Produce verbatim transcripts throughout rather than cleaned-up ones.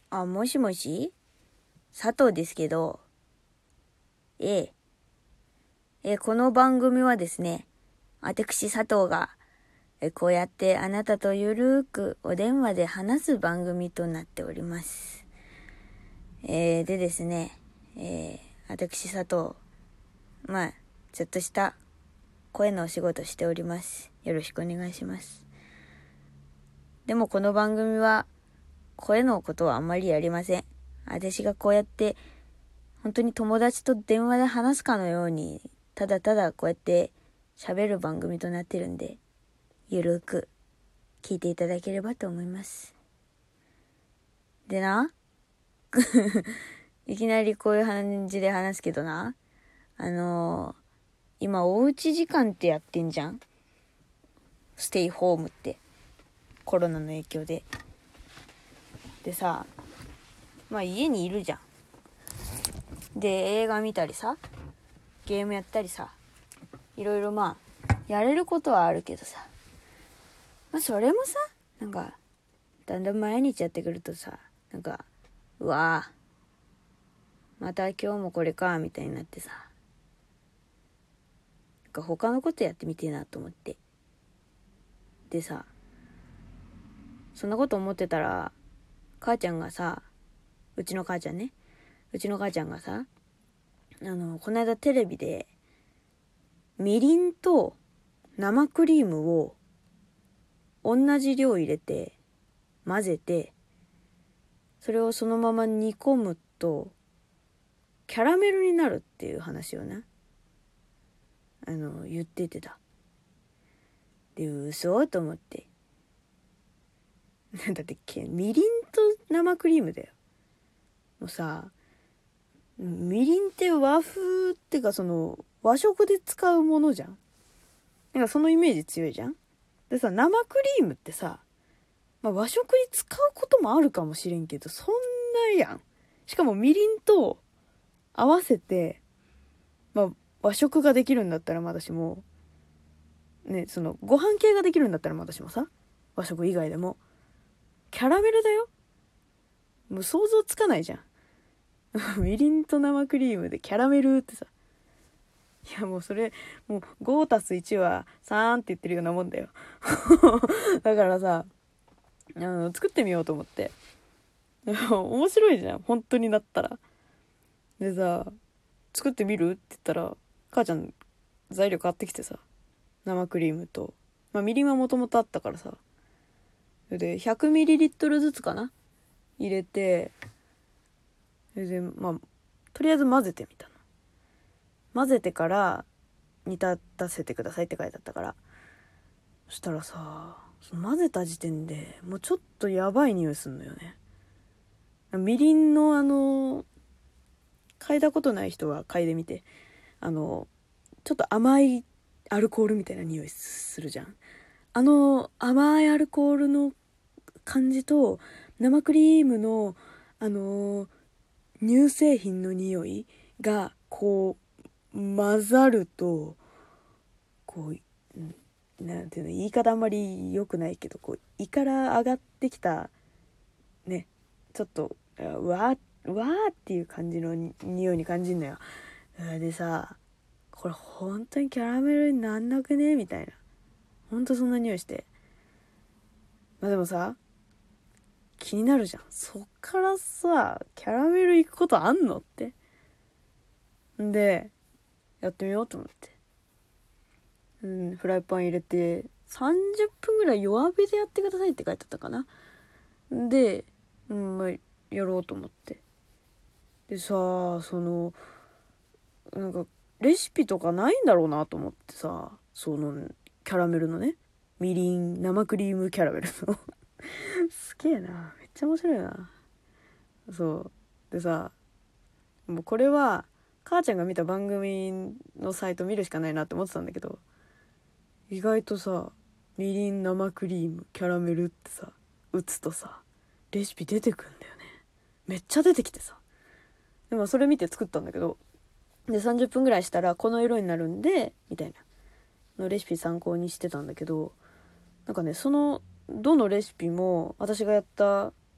あ、もしもし佐藤ですけど、ええ、え、この番組はですね、私佐藤が、え、こうやってあなたとゆるーくお電話で話す番組となっております。えー、でですね、えー、私佐藤、まあ、ちょっとした声のお仕事しております。よろしくお願いします。でもこの番組は、声のことはあんまりやりません。私がこうやって、本当に友達と電話で話すかのように、ただただこうやって喋る番組となってるんで、ゆるく聞いていただければと思います。でな、いきなりこういう感じで話すけどな、あのー、今おうち時間ってやってんじゃん？ステイホームって。コロナの影響で。でさ、まあ家にいるじゃん。で、映画見たりさ、ゲームやったりさ、いろいろまあ、やれることはあるけどさ、まあそれもさ、なんか、だんだん毎日やってくるとさ、なんか、うわぁ、また今日もこれか、みたいになってさ、なんか他のことやってみてえなと思って。でさ、そんなこと思ってたら、母ちゃんがさ、うちの母ちゃんね、うちの母ちゃんがさ、あの、この間テレビで、みりんと生クリームを同じ量入れて、混ぜて、それをそのまま煮込むと、キャラメルになるっていう話をね、あの、言っててた。で、嘘と思って。だって、みりんと生クリームだよ。もうさ、みりんって和風ってかその、和食で使うものじゃん。なんかそのイメージ強いじゃん。でさ、生クリームってさ、まあ、和食に使うこともあるかもしれんけど、そんなやん。しかもみりんと合わせて、まあ、和食ができるんだったらまだしも、ね、その、ご飯系ができるんだったらまだしもさ、和食以外でも、キャラメルだよ。もう想像つかないじゃん。みりんと生クリームでキャラメルってさ、いやもうそれ、もうごたすいちはさんって言ってるようなもんだよ。だからさ、あの、作ってみようと思って。面白いじゃん、本当になったら。でさ、作ってみるって言ったら、母ちゃん材料買ってきてさ、生クリームと、まあみりんはもともとあったからさ、で ひゃくミリリットル ずつかな入れて、でまあとりあえず混ぜてみたの。混ぜてから煮立たせてくださいって書いてあったから、そしたらさ、その混ぜた時点でもうちょっとやばい匂いすんのよね。みりんのあの嗅いだことない人は嗅いでみて、あのちょっと甘いアルコールみたいな匂いするじゃん。あの甘いアルコールの感じと生クリームのあの乳製品の匂いがこう混ざると、こうなんていうの、言い方あんまり良くないけど、こう胃から上がってきたね、ちょっとうわーうわーっていう感じの匂いに感じるのよ。でさ、これ本当にキャラメルになんなくねみたいな、本当そんな匂いして、まあでもさ、気になるじゃん。そっからさ、キャラメル行くことあんのって。んで、やってみようと思って。うん、フライパン入れて、さんじゅっぷんぐらい弱火でやってくださいって書いてあったかな。で、うん、まあ、やろうと思って。でさ、その、なんか、レシピとかないんだろうなと思ってさ、その、キャラメルのね、みりん、生クリームキャラメルの。すげえな。めっちゃ面白いな。そう。でさ、もうこれは、母ちゃんが見た番組のサイト見るしかないなって思ってたんだけど、意外とさ、みりん、生クリーム、キャラメルってさ、打つとさ、レシピ出てくんだよね。めっちゃ出てきてさ。でもそれ見て作ったんだけど、で、さんじゅっぷんぐらいしたらこの色になるんで、みたいなのレシピ参考にしてたんだけど、なんかね、その、どのレシピも私がやった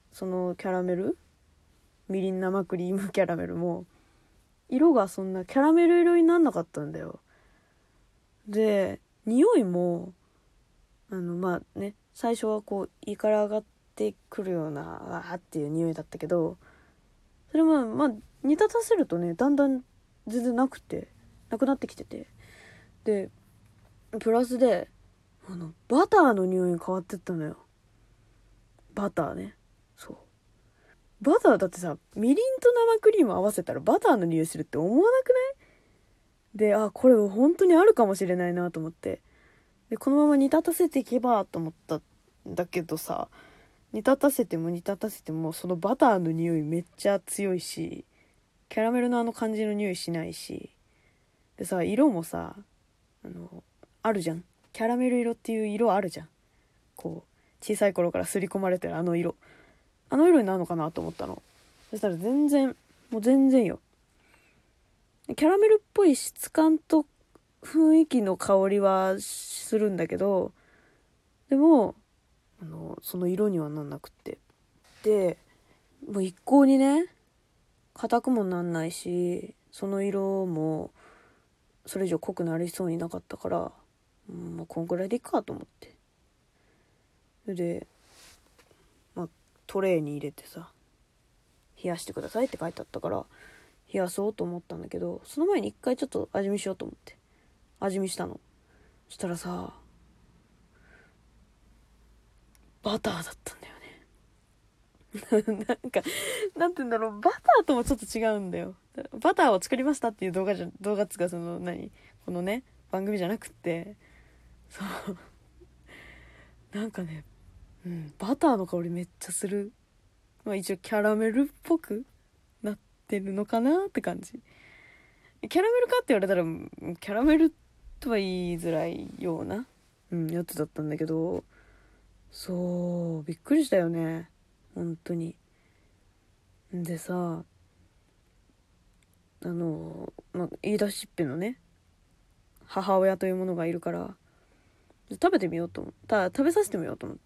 そのキャラメル、みりん生クリームキャラメルも色がそんなキャラメル色になんなかったんだよ。で匂いもあのまあね、最初はこう胃から上がってくるようなわーっていう匂いだったけど、それもまあ煮立たせるとね、だんだん全然なくてなくなってきてて、でプラスであのバターの匂いに変わってったのよ。バターね。そうバターだってさ、みりんと生クリーム合わせたらバターの匂いするって思わなくない？で、あ、これ本当にあるかもしれないなと思って、でこのまま煮立たせていけばと思ったんだけどさ、煮立たせても煮立たせてもそのバターの匂いめっちゃ強いし、キャラメルのあの感じの匂いしないし、でさ、色もさ、あのあるじゃん、キャラメル色っていう色あるじゃん、こう小さい頃から刷り込まれてるあの色、あの色になるのかなと思ったの。そしたら全然、もう全然よ。キャラメルっぽい質感と雰囲気の香りはするんだけど、でもあのその色にはなんなくって、でもう一向にね硬くもなんないし、その色もそれ以上濃くなりそうになかったから、うん、もうこんぐらいでいいかと思って、で、まあ、トレーに入れてさ、冷やしてくださいって書いてあったから冷やそうと思ったんだけど、その前に一回ちょっと味見しようと思って味見したの。そしたらさ、バターだったんだよね。なんかなんて言うんだろう、バターともちょっと違うんだよ。バターを作りましたっていう動画じゃ動画っつうか、その何このね番組じゃなくって、そうなんかね、うん、バターの香りめっちゃする。まあ一応キャラメルっぽくなってるのかなって感じ。キャラメルかって言われたらキャラメルとは言いづらいような、うん、やつだったんだけど、そうびっくりしたよね本当に。でさ、あの、まあ、言い出しっぺのね母親というものがいるから、食べてみようと思った食べさせてみようと思って、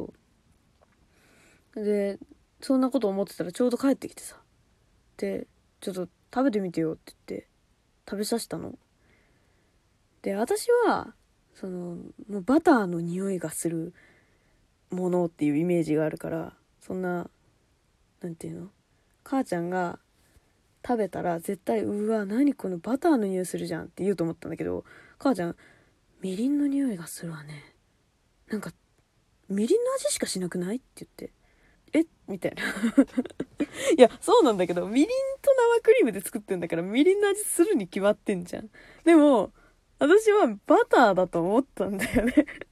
そうでそんなこと思ってたらちょうど帰ってきてさ、でちょっと食べてみてよって言って食べさせたの。で私はそのもうバターの匂いがするものっていうイメージがあるから、そんななんていうの、母ちゃんが食べたら絶対うわ何このバターの匂いするじゃんって言うと思ったんだけど、母ちゃんみりんの匂いがするわね、なんかみりんの味しかしなくないって言って、えみたいな。いやそうなんだけど、みりんと生クリームで作ってんだからみりんの味するに決まってんじゃん。でも私はバターだと思ったんだよね。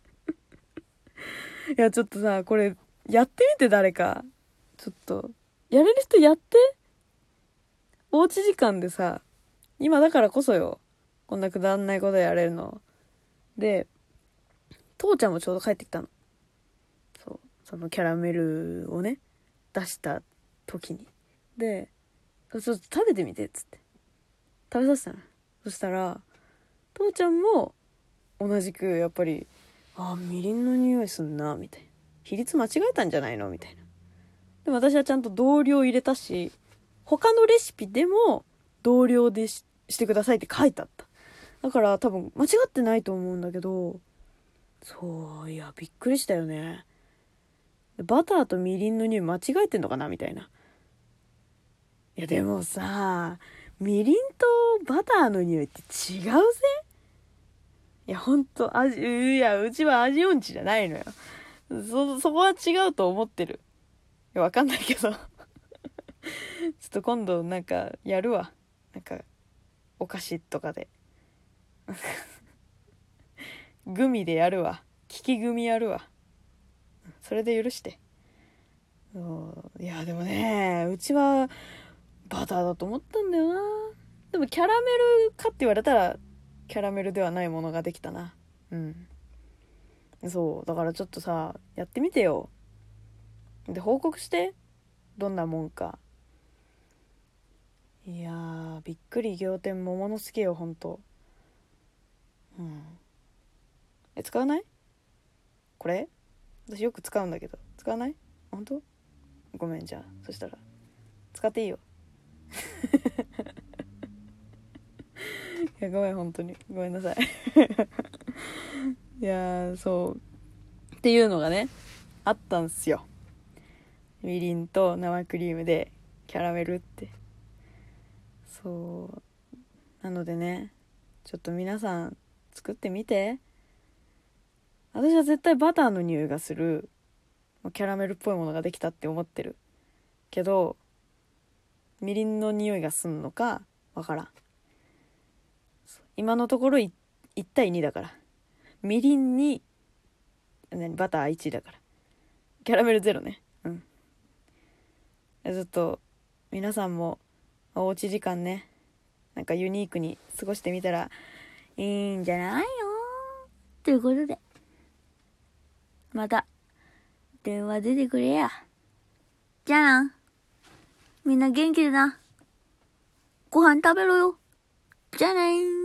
いやちょっとさ、これやってみて、誰かちょっとやれる人やって。おうち時間でさ、今だからこそよ、こんなくだらないことやれるので。父ちゃんもちょうど帰ってきたの。そうそのキャラメルをね出した時に、でちょっと食べてみてっつって食べさせたの。そしたら父ちゃんも同じくやっぱり、あみりんの匂いすんなみたいな、比率間違えたんじゃないのみたいな。でも私はちゃんと同量入れたし、他のレシピでも同量で し, してくださいって書いてあった。だから多分間違ってないと思うんだけど、そういやびっくりしたよね。バターとみりんの匂い間違えてんのかなみたいな。いやでもさ、みりんとバターの匂いって違うぜ。いやほんと味、いやうちは味音痴じゃないのよ。そそこは違うと思ってる。いやわかんないけどちょっと今度なんかやるわ、なんかお菓子とかでグミでやるわ、利きグミやるわ、それで許して。いやでもね、うちはバターだと思ったんだよな。でもキャラメルかって言われたらキャラメルではないものができたな。うんそうだからちょっとさやってみてよ。で報告してどんなもんか。いやーびっくり仰天桃の助よほんと。うんえ使わないこれ？私よく使うんだけど使わない？本当？ ごめん、じゃあそしたら使っていいよいやごめん、本当にごめんなさいいやそうっていうのがねあったんすよ。みりんと生クリームでキャラメルって。そうなのでね、ちょっと皆さん作ってみて。私は絶対バターの匂いがするキャラメルっぽいものができたって思ってるけど、みりんの匂いがすんのかわからん。今のところ いち対にだから、みりんに何バターいちだから、キャラメルゼロね。うんずっと皆さんもおうち時間ね、なんかユニークに過ごしてみたらいいんじゃないのということで、また電話出てくれや。じゃあな、みんな元気でな、ご飯食べろよ。じゃあねー。